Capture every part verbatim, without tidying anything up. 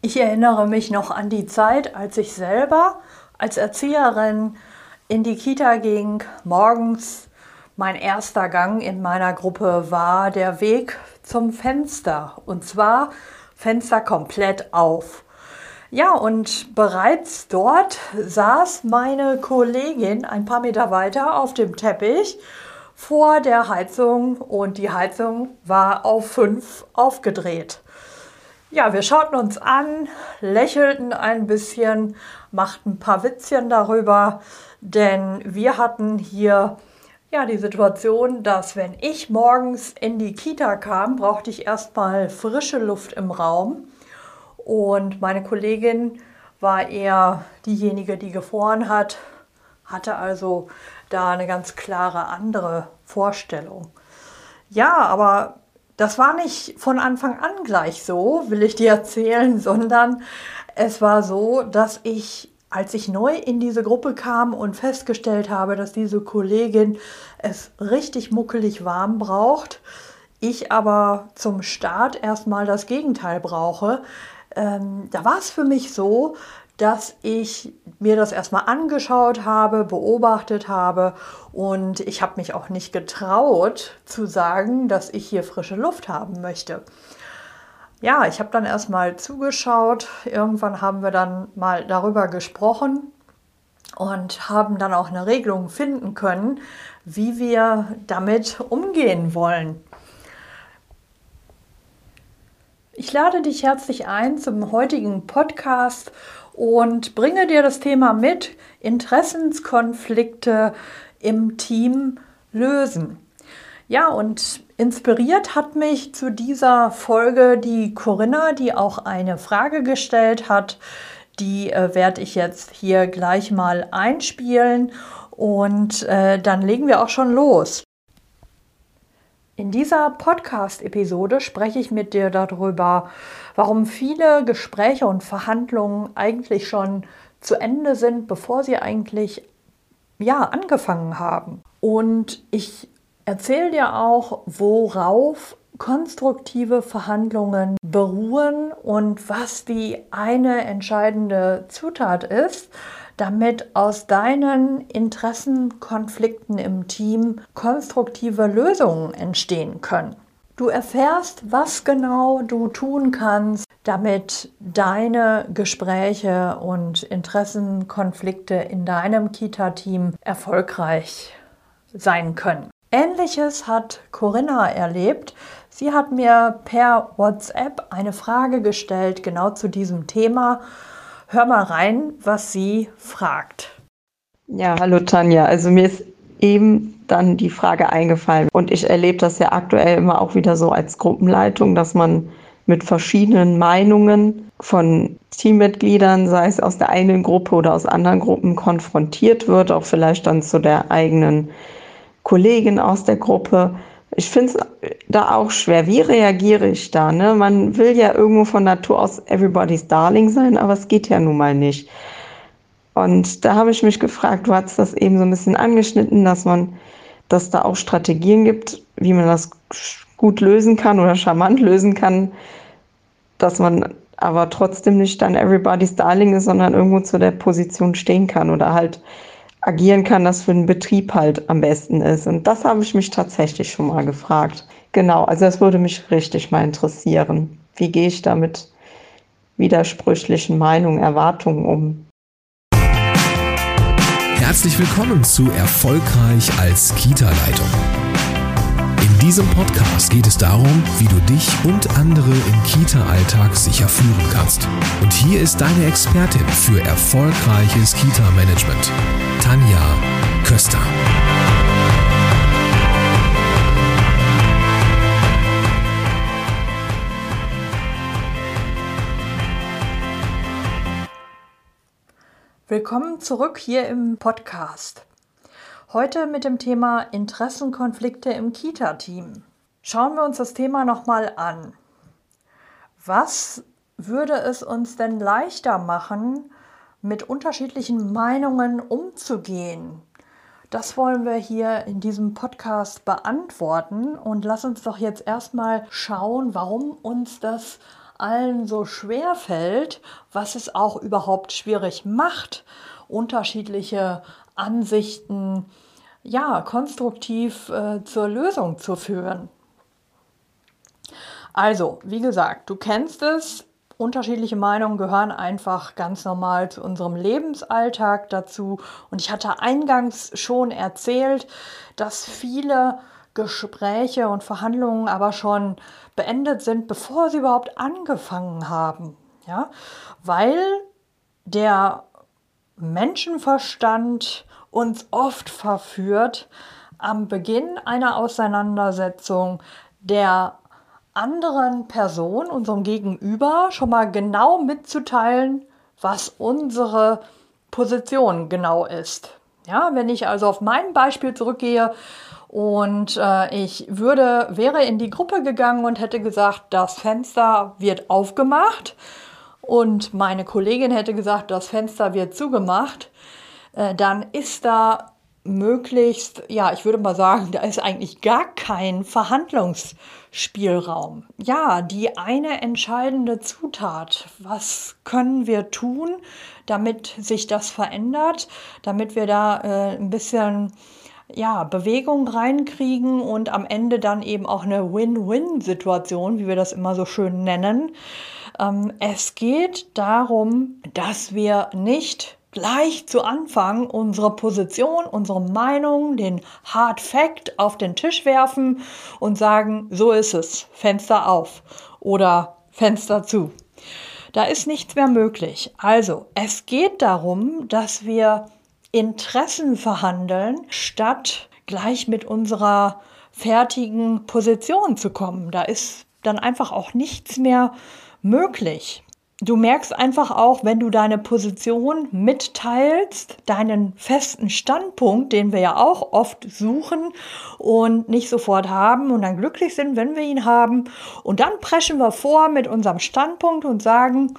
Ich erinnere mich noch an die Zeit, als ich selber als Erzieherin in die Kita ging. Morgens mein erster Gang in meiner Gruppe war der Weg zum Fenster. Und zwar Fenster komplett auf. Ja, und bereits dort saß meine Kollegin ein paar Meter weiter auf dem Teppich vor der Heizung und die Heizung war auf fünf aufgedreht. Ja, wir schauten uns an, lächelten ein bisschen, machten ein paar Witzchen darüber, denn wir hatten hier ja die Situation, dass wenn ich morgens in die Kita kam, brauchte ich erstmal frische Luft im Raum und meine Kollegin war eher diejenige, die gefroren hat, hatte also da eine ganz klare andere Vorstellung. Ja, aber das war nicht von Anfang an gleich so, will ich dir erzählen, sondern es war so, dass ich, als ich neu in diese Gruppe kam und festgestellt habe, dass diese Kollegin es richtig muckelig warm braucht, ich aber zum Start erstmal das Gegenteil brauche, ähm, da war es für mich so, dass ich mir das erstmal angeschaut habe, beobachtet habe und ich habe mich auch nicht getraut zu sagen, dass ich hier frische Luft haben möchte. Ja, ich habe dann erstmal zugeschaut, irgendwann haben wir dann mal darüber gesprochen und haben dann auch eine Regelung finden können, wie wir damit umgehen wollen. Ich lade dich herzlich ein zum heutigen Podcast und bringe dir das Thema mit, Interessenskonflikte im Team lösen. Ja, und inspiriert hat mich zu dieser Folge die Corinna, die auch eine Frage gestellt hat. Die äh, werde ich jetzt hier gleich mal einspielen und äh, dann legen wir auch schon los. In dieser Podcast-Episode spreche ich mit dir darüber, warum viele Gespräche und Verhandlungen eigentlich schon zu Ende sind, bevor sie eigentlich ja, angefangen haben. Und ich erzähle dir auch, worauf konstruktive Verhandlungen beruhen und was die eine entscheidende Zutat ist, damit aus deinen Interessenkonflikten im Team konstruktive Lösungen entstehen können. Du erfährst, was genau du tun kannst, damit deine Gespräche und Interessenkonflikte in deinem Kita-Team erfolgreich sein können. Ähnliches hat Corinna erlebt. Sie hat mir per WhatsApp eine Frage gestellt, genau zu diesem Thema. Hör mal rein, was sie fragt. Ja, hallo Tanja. Also mir ist eben dann die Frage eingefallen und ich erlebe das ja aktuell immer auch wieder so als Gruppenleitung, dass man mit verschiedenen Meinungen von Teammitgliedern, sei es aus der eigenen Gruppe oder aus anderen Gruppen, konfrontiert wird, auch vielleicht dann zu der eigenen Kollegin aus der Gruppe. Ich finde es da auch schwer. Wie reagiere ich da? Ne? Man will ja irgendwo von Natur aus everybody's darling sein, aber es geht ja nun mal nicht. Und da habe ich mich gefragt, du hast das eben so ein bisschen angeschnitten, dass man, dass da auch Strategien gibt, wie man das gut lösen kann oder charmant lösen kann, dass man aber trotzdem nicht dann everybody's darling ist, sondern irgendwo zu der Position stehen kann oder halt agieren kann, das für den Betrieb halt am besten ist. Und das habe ich mich tatsächlich schon mal gefragt. Genau, also das würde mich richtig mal interessieren. Wie gehe ich da mit widersprüchlichen Meinungen, Erwartungen um? Herzlich willkommen zu Erfolgreich als Kita-Leitung. In diesem Podcast geht es darum, wie du dich und andere im Kita-Alltag sicher führen kannst. Und hier ist deine Expertin für erfolgreiches Kita-Management, Tanja Köster. Willkommen zurück hier im Podcast. Heute mit dem Thema Interessenkonflikte im Kita-Team. Schauen wir uns das Thema nochmal an. Was würde es uns denn leichter machen, mit unterschiedlichen Meinungen umzugehen? Das wollen wir hier in diesem Podcast beantworten und lass uns doch jetzt erstmal schauen, warum uns das allen so schwer fällt, was es auch überhaupt schwierig macht, unterschiedliche Ansichten ja, konstruktiv äh, zur Lösung zu führen. Also, wie gesagt, du kennst es, unterschiedliche Meinungen gehören einfach ganz normal zu unserem Lebensalltag dazu. Und ich hatte eingangs schon erzählt, dass viele Gespräche und Verhandlungen aber schon beendet sind, bevor sie überhaupt angefangen haben. Ja? Weil der Menschenverstand uns oft verführt, am Beginn einer Auseinandersetzung der anderen Person, unserem Gegenüber, schon mal genau mitzuteilen, was unsere Position genau ist. Ja, wenn ich also auf mein Beispiel zurückgehe und äh, ich würde, wäre in die Gruppe gegangen und hätte gesagt, das Fenster wird aufgemacht und meine Kollegin hätte gesagt, das Fenster wird zugemacht, äh, dann ist da möglichst, ja, ich würde mal sagen, da ist eigentlich gar kein Verhandlungsspielraum. Ja, die eine entscheidende Zutat, was können wir tun, damit sich das verändert, damit wir da äh, ein bisschen ja, Bewegung reinkriegen und am Ende dann eben auch eine Win-Win-Situation, wie wir das immer so schön nennen. Ähm, es geht darum, dass wir nicht gleich zu Anfang unsere Position, unsere Meinung, den Hard Fact auf den Tisch werfen und sagen, so ist es, Fenster auf oder Fenster zu. Da ist nichts mehr möglich. Also, es geht darum, dass wir Interessen verhandeln, statt gleich mit unserer fertigen Position zu kommen. Da ist dann einfach auch nichts mehr möglich. Du merkst einfach auch, wenn du deine Position mitteilst, deinen festen Standpunkt, den wir ja auch oft suchen und nicht sofort haben und dann glücklich sind, wenn wir ihn haben. Und dann preschen wir vor mit unserem Standpunkt und sagen,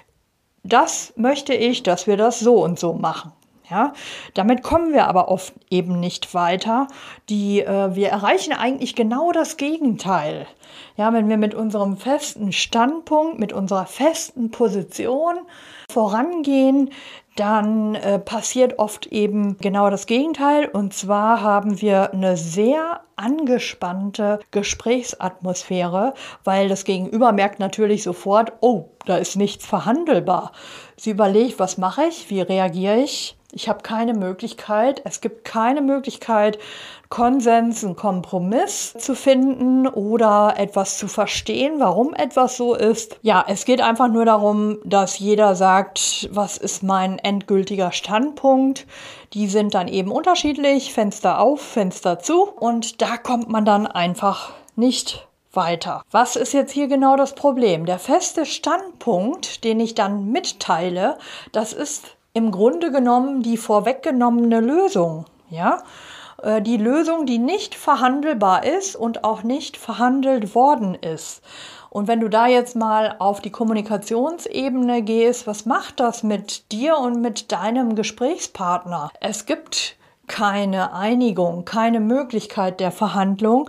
das möchte ich, dass wir das so und so machen. Ja, damit kommen wir aber oft eben nicht weiter. Die, äh, wir erreichen eigentlich genau das Gegenteil. Ja, wenn wir mit unserem festen Standpunkt, mit unserer festen Position vorangehen, dann äh, passiert oft eben genau das Gegenteil. Und zwar haben wir eine sehr angespannte Gesprächsatmosphäre, weil das Gegenüber merkt natürlich sofort, oh, da ist nichts verhandelbar. Sie überlegt, was mache ich, wie reagiere ich? Ich habe keine Möglichkeit, es gibt keine Möglichkeit, Konsens, einen Kompromiss zu finden oder etwas zu verstehen, warum etwas so ist. Ja, es geht einfach nur darum, dass jeder sagt, was ist mein endgültiger Standpunkt. Die sind dann eben unterschiedlich, Fenster auf, Fenster zu und da kommt man dann einfach nicht weiter. Was ist jetzt hier genau das Problem? Der feste Standpunkt, den ich dann mitteile, das ist im Grunde genommen die vorweggenommene Lösung, ja, äh, die Lösung, die nicht verhandelbar ist und auch nicht verhandelt worden ist. Und wenn du da jetzt mal auf die Kommunikationsebene gehst, was macht das mit dir und mit deinem Gesprächspartner? Es gibt keine Einigung, keine Möglichkeit der Verhandlung,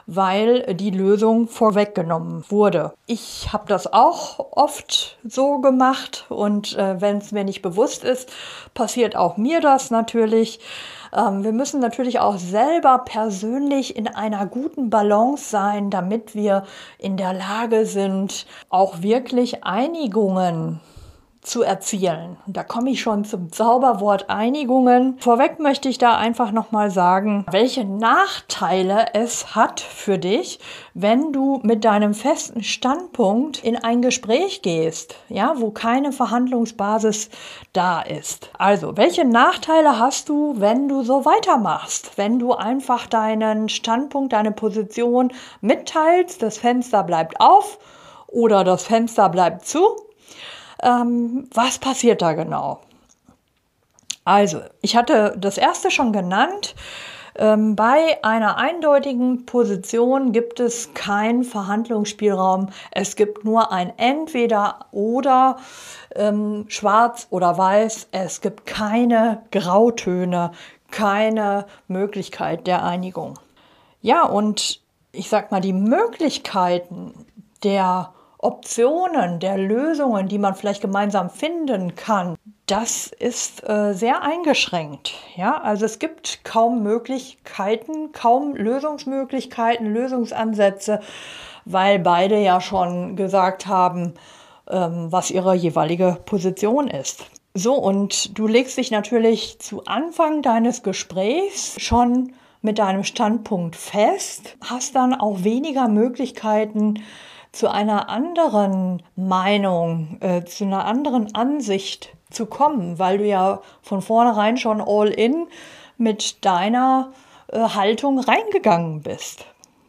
weil die Lösung vorweggenommen wurde. Ich habe das auch oft so gemacht und äh, wenn es mir nicht bewusst ist, passiert auch mir das natürlich. Ähm, wir müssen natürlich auch selber persönlich in einer guten Balance sein, damit wir in der Lage sind, auch wirklich Einigungen zu erzielen. Da komme ich schon zum Zauberwort Einigungen. Vorweg möchte ich da einfach nochmal sagen, welche Nachteile es hat für dich, wenn du mit deinem festen Standpunkt in ein Gespräch gehst, ja, wo keine Verhandlungsbasis da ist. Also, welche Nachteile hast du, wenn du so weitermachst? Wenn du einfach deinen Standpunkt, deine Position mitteilst, das Fenster bleibt auf oder das Fenster bleibt zu. Ähm, was passiert da genau? Also, ich hatte das erste schon genannt. Ähm, bei einer eindeutigen Position gibt es keinen Verhandlungsspielraum. Es gibt nur ein Entweder oder, ähm, schwarz oder weiß. Es gibt keine Grautöne, keine Möglichkeit der Einigung. Ja, und ich sag mal, die Möglichkeiten der Optionen, der Lösungen, die man vielleicht gemeinsam finden kann, das ist äh, sehr eingeschränkt. Ja? Also es gibt kaum Möglichkeiten, kaum Lösungsmöglichkeiten, Lösungsansätze, weil beide ja schon gesagt haben, ähm, was ihre jeweilige Position ist. So, und du legst dich natürlich zu Anfang deines Gesprächs schon mit deinem Standpunkt fest, hast dann auch weniger Möglichkeiten, zu einer anderen Meinung, äh, zu einer anderen Ansicht zu kommen, weil du ja von vornherein schon all in mit deiner äh, Haltung reingegangen bist.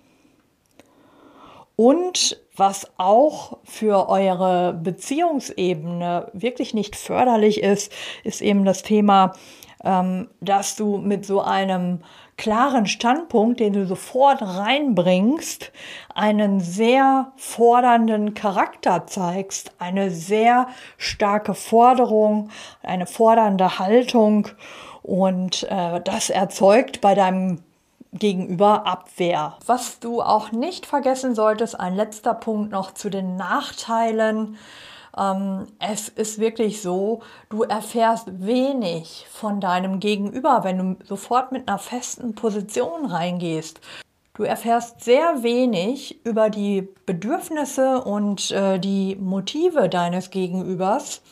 Und was auch für eure Beziehungsebene wirklich nicht förderlich ist, ist eben das Thema, ähm, dass du mit so einem klaren Standpunkt, den du sofort reinbringst, einen sehr fordernden Charakter zeigst, eine sehr starke Forderung, eine fordernde Haltung, und äh, das erzeugt bei deinem Gegenüber Abwehr. Was du auch nicht vergessen solltest, ein letzter Punkt noch zu den Nachteilen. Ähm, es ist wirklich so, du erfährst wenig von deinem Gegenüber, wenn du sofort mit einer festen Position reingehst. Du erfährst sehr wenig über die Bedürfnisse und äh, die Motive deines Gegenübers,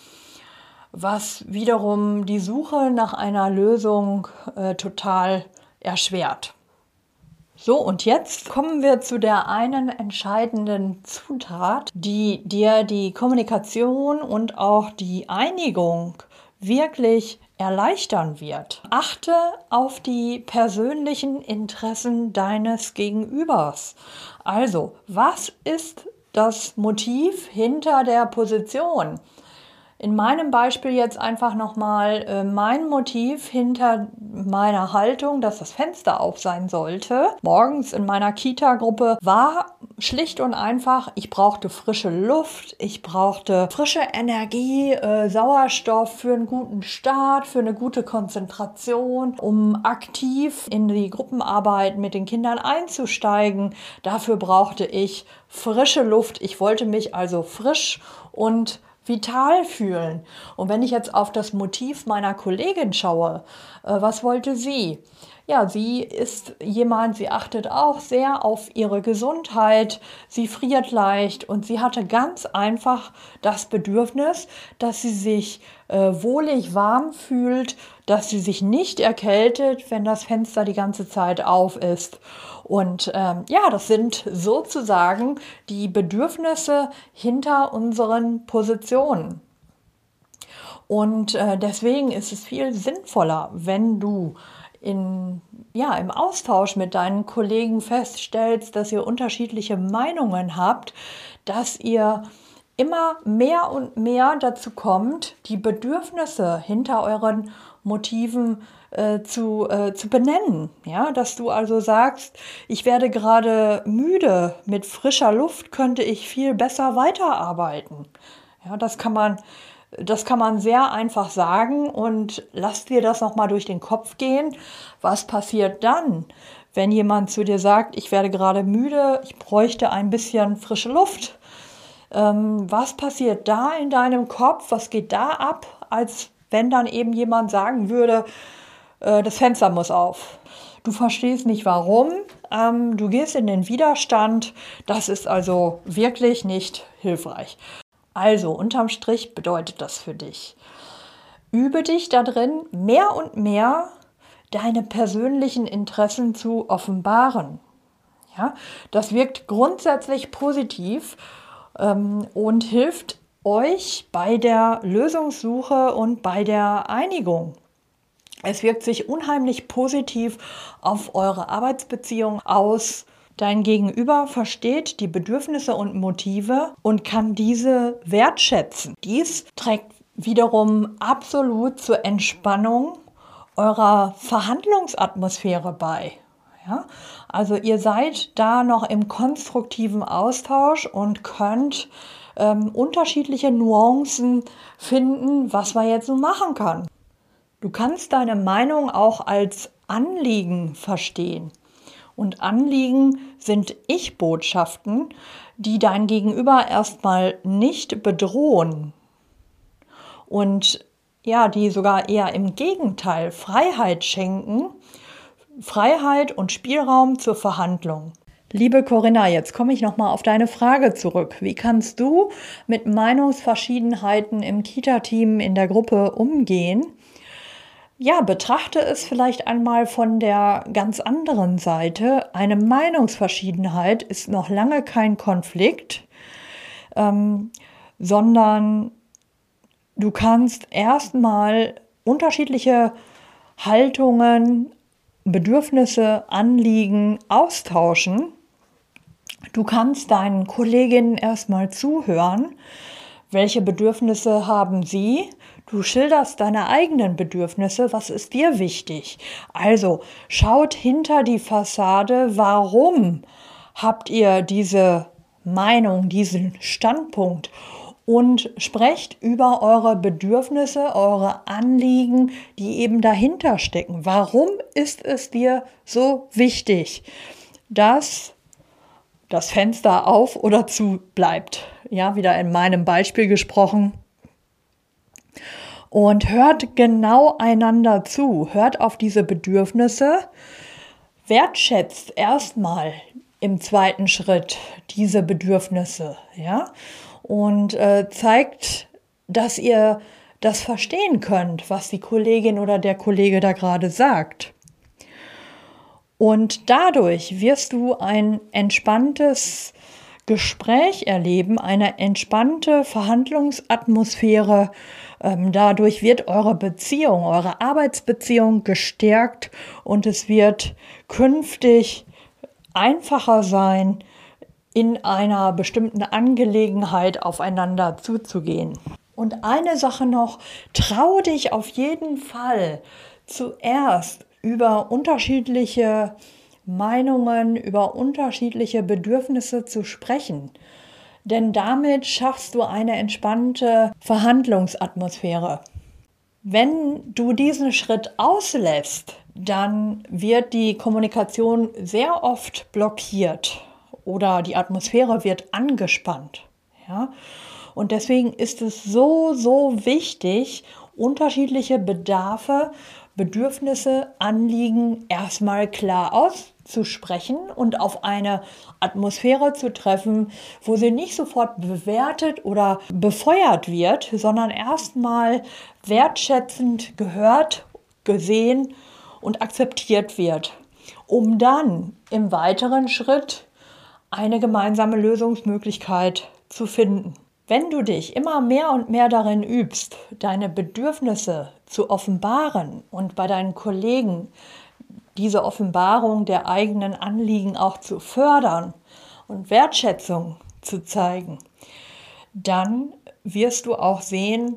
was wiederum die Suche nach einer Lösung äh, total erschwert. So, und jetzt kommen wir zu der einen entscheidenden Zutat, die dir die Kommunikation und auch die Einigung wirklich erleichtern wird. Achte auf die persönlichen Interessen deines Gegenübers. Also, was ist das Motiv hinter der Position? In meinem Beispiel jetzt einfach nochmal äh, mein Motiv hinter meiner Haltung, dass das Fenster auf sein sollte. Morgens in meiner Kita-Gruppe war schlicht und einfach, ich brauchte frische Luft, ich brauchte frische Energie, äh, Sauerstoff für einen guten Start, für eine gute Konzentration, um aktiv in die Gruppenarbeit mit den Kindern einzusteigen. Dafür brauchte ich frische Luft. Ich wollte mich also frisch und vital fühlen. Und wenn ich jetzt auf das Motiv meiner Kollegin schaue, äh, was wollte sie? Ja, sie ist jemand, sie achtet auch sehr auf ihre Gesundheit, sie friert leicht und sie hatte ganz einfach das Bedürfnis, dass sie sich äh, wohlig warm fühlt, dass sie sich nicht erkältet, wenn das Fenster die ganze Zeit auf ist. Und ähm, ja, das sind sozusagen die Bedürfnisse hinter unseren Positionen. Und äh, deswegen ist es viel sinnvoller, wenn du in, ja, im Austausch mit deinen Kollegen feststellst, dass ihr unterschiedliche Meinungen habt, dass ihr immer mehr und mehr dazu kommt, die Bedürfnisse hinter euren Motiven äh, zu, äh, zu benennen. Ja, dass du also sagst, ich werde gerade müde, mit frischer Luft könnte ich viel besser weiterarbeiten. Ja, das kann man Das kann man sehr einfach sagen, und lass dir das nochmal durch den Kopf gehen. Was passiert dann, wenn jemand zu dir sagt, ich werde gerade müde, ich bräuchte ein bisschen frische Luft? Ähm, was passiert da in deinem Kopf? Was geht da ab, als wenn dann eben jemand sagen würde, äh, das Fenster muss auf? Du verstehst nicht warum, ähm, du gehst in den Widerstand. Das ist also wirklich nicht hilfreich. Also, unterm Strich bedeutet das für dich: Übe dich da drin, mehr und mehr deine persönlichen Interessen zu offenbaren. Ja, das wirkt grundsätzlich positiv ähm, und hilft euch bei der Lösungssuche und bei der Einigung. Es wirkt sich unheimlich positiv auf eure Arbeitsbeziehung aus. Dein Gegenüber versteht die Bedürfnisse und Motive und kann diese wertschätzen. Dies trägt wiederum absolut zur Entspannung eurer Verhandlungsatmosphäre bei. Ja? Also ihr seid da noch im konstruktiven Austausch und könnt ähm, unterschiedliche Nuancen finden, was man jetzt so machen kann. Du kannst deine Meinung auch als Anliegen verstehen. Und Anliegen sind Ich-Botschaften, die dein Gegenüber erstmal nicht bedrohen und ja, die sogar eher im Gegenteil Freiheit schenken, Freiheit und Spielraum zur Verhandlung. Liebe Corinna, jetzt komme ich nochmal auf deine Frage zurück. Wie kannst du mit Meinungsverschiedenheiten im Kita-Team in der Gruppe umgehen? Ja, betrachte es vielleicht einmal von der ganz anderen Seite. Eine Meinungsverschiedenheit ist noch lange kein Konflikt, ähm, sondern du kannst erstmal unterschiedliche Haltungen, Bedürfnisse, Anliegen austauschen. Du kannst deinen Kolleginnen erstmal zuhören. Welche Bedürfnisse haben sie? Du schilderst deine eigenen Bedürfnisse. Was ist dir wichtig? Also schaut hinter die Fassade. Warum habt ihr diese Meinung, diesen Standpunkt? Und sprecht über eure Bedürfnisse, eure Anliegen, die eben dahinter stecken. Warum ist es dir so wichtig, dass das Fenster auf oder zu bleibt? Ja, wieder in meinem Beispiel gesprochen. Und hört genau einander zu, hört auf diese Bedürfnisse, wertschätzt erstmal im zweiten Schritt diese Bedürfnisse, ja, und äh, zeigt, dass ihr das verstehen könnt, was die Kollegin oder der Kollege da gerade sagt. Und dadurch wirst du ein entspanntes Gespräch erleben, eine entspannte Verhandlungsatmosphäre. Ähm, dadurch wird eure Beziehung, eure Arbeitsbeziehung gestärkt und es wird künftig einfacher sein, in einer bestimmten Angelegenheit aufeinander zuzugehen. Und eine Sache noch, trau dich auf jeden Fall zuerst über unterschiedliche Meinungen, über unterschiedliche Bedürfnisse zu sprechen. Denn damit schaffst du eine entspannte Verhandlungsatmosphäre. Wenn du diesen Schritt auslässt, dann wird die Kommunikation sehr oft blockiert oder die Atmosphäre wird angespannt. Ja? Und deswegen ist es so, so wichtig, unterschiedliche Bedarfe, Bedürfnisse, Anliegen erstmal klar auszusprechen und auf eine Atmosphäre zu treffen, wo sie nicht sofort bewertet oder befeuert wird, sondern erstmal wertschätzend gehört, gesehen und akzeptiert wird, um dann im weiteren Schritt eine gemeinsame Lösungsmöglichkeit zu finden. Wenn du dich immer mehr und mehr darin übst, deine Bedürfnisse zu offenbaren und bei deinen Kollegen diese Offenbarung der eigenen Anliegen auch zu fördern und Wertschätzung zu zeigen, dann wirst du auch sehen,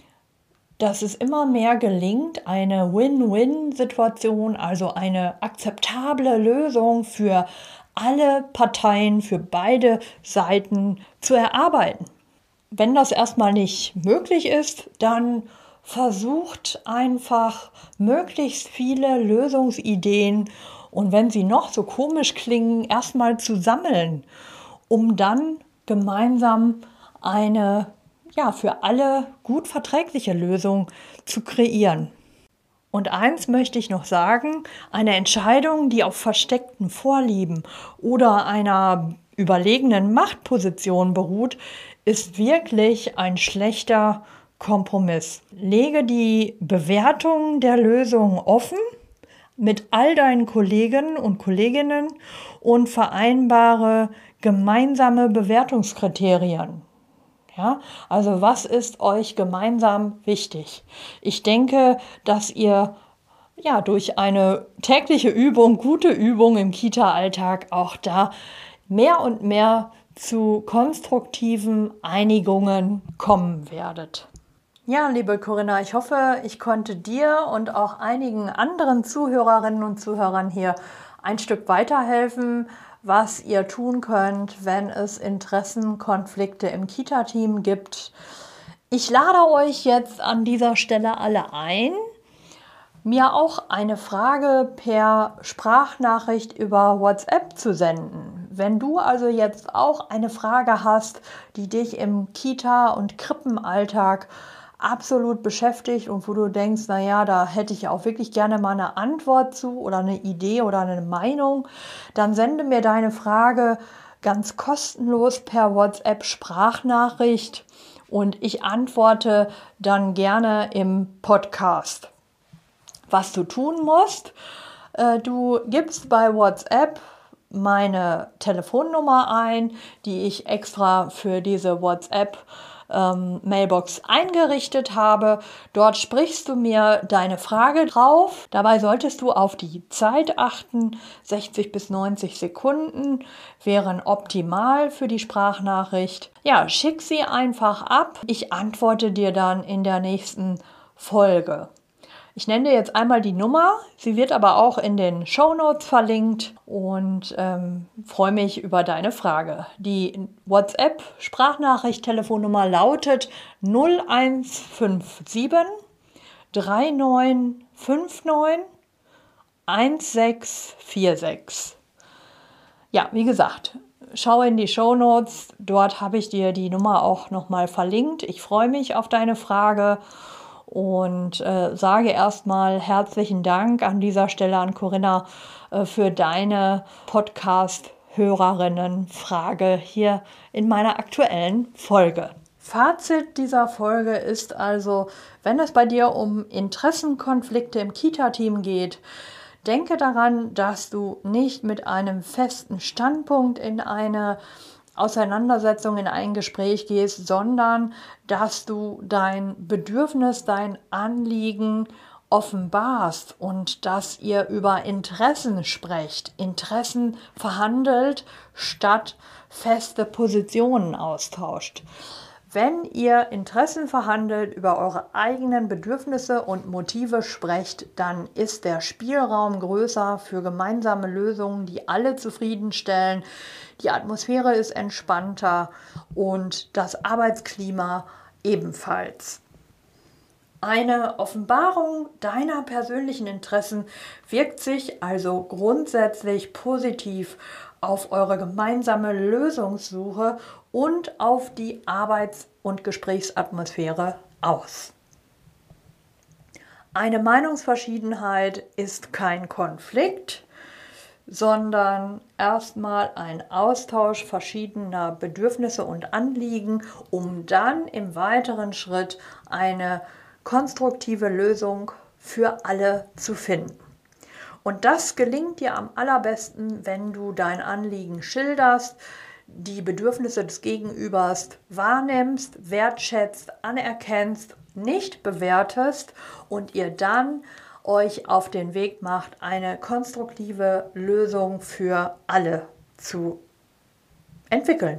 dass es immer mehr gelingt, eine Win-Win-Situation, also eine akzeptable Lösung für alle Parteien, für beide Seiten zu erarbeiten. Wenn das erstmal nicht möglich ist, dann versucht einfach möglichst viele Lösungsideen und wenn sie noch so komisch klingen, erstmal zu sammeln, um dann gemeinsam eine ja, für alle gut verträgliche Lösung zu kreieren. Und eins möchte ich noch sagen, eine Entscheidung, die auf versteckten Vorlieben oder einer überlegenen Machtposition beruht, ist wirklich ein schlechter Kompromiss. Lege die Bewertung der Lösung offen mit all deinen Kollegen und Kolleginnen und vereinbare gemeinsame Bewertungskriterien. Ja, also was ist euch gemeinsam wichtig? Ich denke, dass ihr ja durch eine tägliche Übung, gute Übung im Kita-Alltag auch da mehr und mehr zu konstruktiven Einigungen kommen werdet. Ja, liebe Corinna, ich hoffe, ich konnte dir und auch einigen anderen Zuhörerinnen und Zuhörern hier ein Stück weiterhelfen, was ihr tun könnt, wenn es Interessenkonflikte im Kita-Team gibt. Ich lade euch jetzt an dieser Stelle alle ein, mir auch eine Frage per Sprachnachricht über WhatsApp zu senden. Wenn du also jetzt auch eine Frage hast, die dich im Kita- und Krippenalltag absolut beschäftigt und wo du denkst, naja, da hätte ich auch wirklich gerne mal eine Antwort zu oder eine Idee oder eine Meinung, dann sende mir deine Frage ganz kostenlos per WhatsApp-Sprachnachricht und ich antworte dann gerne im Podcast. Was du tun musst, äh, du gibst bei WhatsApp meine Telefonnummer ein, die ich extra für diese WhatsApp ähm, Mailbox eingerichtet habe. Dort sprichst du mir deine Frage drauf. Dabei solltest du auf die Zeit achten. sechzig bis neunzig Sekunden wären optimal für die Sprachnachricht. Ja, schick sie einfach ab. Ich antworte dir dann in der nächsten Folge. Ich nenne dir jetzt einmal die Nummer, sie wird aber auch in den Shownotes verlinkt und ähm, freue mich über deine Frage. Die WhatsApp-Sprachnachricht-Telefonnummer lautet null eins fünf sieben drei neun fünf neun eins sechs vier sechs. Ja, wie gesagt, schau in die Shownotes, dort habe ich dir die Nummer auch nochmal verlinkt. Ich freue mich auf deine Frage. Und äh, sage erstmal herzlichen Dank an dieser Stelle an Corinna äh, für deine Podcast-Hörerinnen-Frage hier in meiner aktuellen Folge. Fazit dieser Folge ist also, wenn es bei dir um Interessenkonflikte im Kita-Team geht, denke daran, dass du nicht mit einem festen Standpunkt in eine Auseinandersetzung, in ein Gespräch gehst, sondern dass du dein Bedürfnis, dein Anliegen offenbarst und dass ihr über Interessen sprecht, Interessen verhandelt, statt feste Positionen austauscht. Wenn ihr Interessen verhandelt, über eure eigenen Bedürfnisse und Motive sprecht, dann ist der Spielraum größer für gemeinsame Lösungen, die alle zufriedenstellen. Die Atmosphäre ist entspannter und das Arbeitsklima ebenfalls. Eine Offenbarung deiner persönlichen Interessen wirkt sich also grundsätzlich positiv auf eure gemeinsame Lösungssuche und auf die Arbeits- und Gesprächsatmosphäre aus. Eine Meinungsverschiedenheit ist kein Konflikt, sondern erstmal ein Austausch verschiedener Bedürfnisse und Anliegen, um dann im weiteren Schritt eine konstruktive Lösung für alle zu finden. Und das gelingt dir am allerbesten, wenn du dein Anliegen schilderst, die Bedürfnisse des Gegenübers wahrnimmst, wertschätzt, anerkennst, nicht bewertest und ihr dann euch auf den Weg macht, eine konstruktive Lösung für alle zu entwickeln.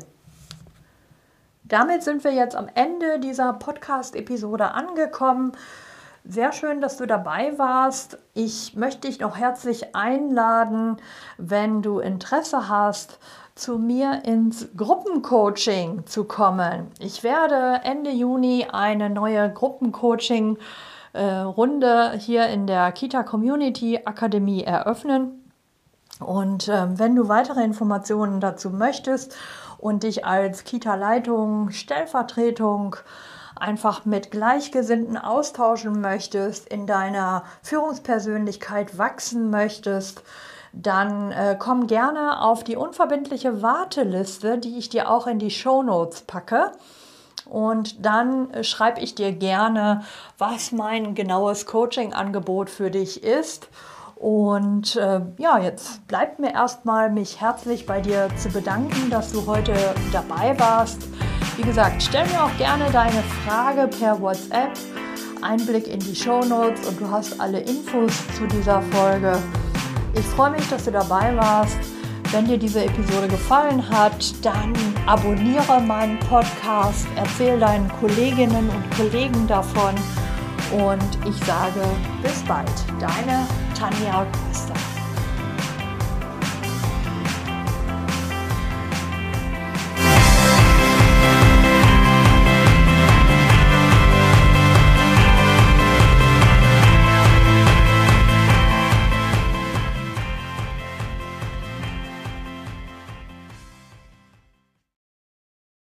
Damit sind wir jetzt am Ende dieser Podcast-Episode angekommen. Sehr schön, dass du dabei warst. Ich möchte dich noch herzlich einladen, wenn du Interesse hast, zu mir ins Gruppencoaching zu kommen. Ich werde Ende Juni eine neue Gruppencoaching-Runde hier in der Kita Community Akademie eröffnen. Und äh, wenn du weitere Informationen dazu möchtest und dich als Kita-Leitung, Stellvertretung einfach mit Gleichgesinnten austauschen möchtest, in deiner Führungspersönlichkeit wachsen möchtest, dann äh, komm gerne auf die unverbindliche Warteliste, die ich dir auch in die Shownotes packe. Und dann äh, schreibe ich dir gerne, was mein genaues Coaching-Angebot für dich ist. Und äh, ja, jetzt bleibt mir erstmal, mich herzlich bei dir zu bedanken, dass du heute dabei warst. Wie gesagt, stell mir auch gerne deine Frage per WhatsApp, Einblick in die Shownotes und du hast alle Infos zu dieser Folge. Ich freue mich, dass du dabei warst. Wenn dir diese Episode gefallen hat, dann abonniere meinen Podcast, erzähl deinen Kolleginnen und Kollegen davon und ich sage bis bald. Deine Tanja Köster.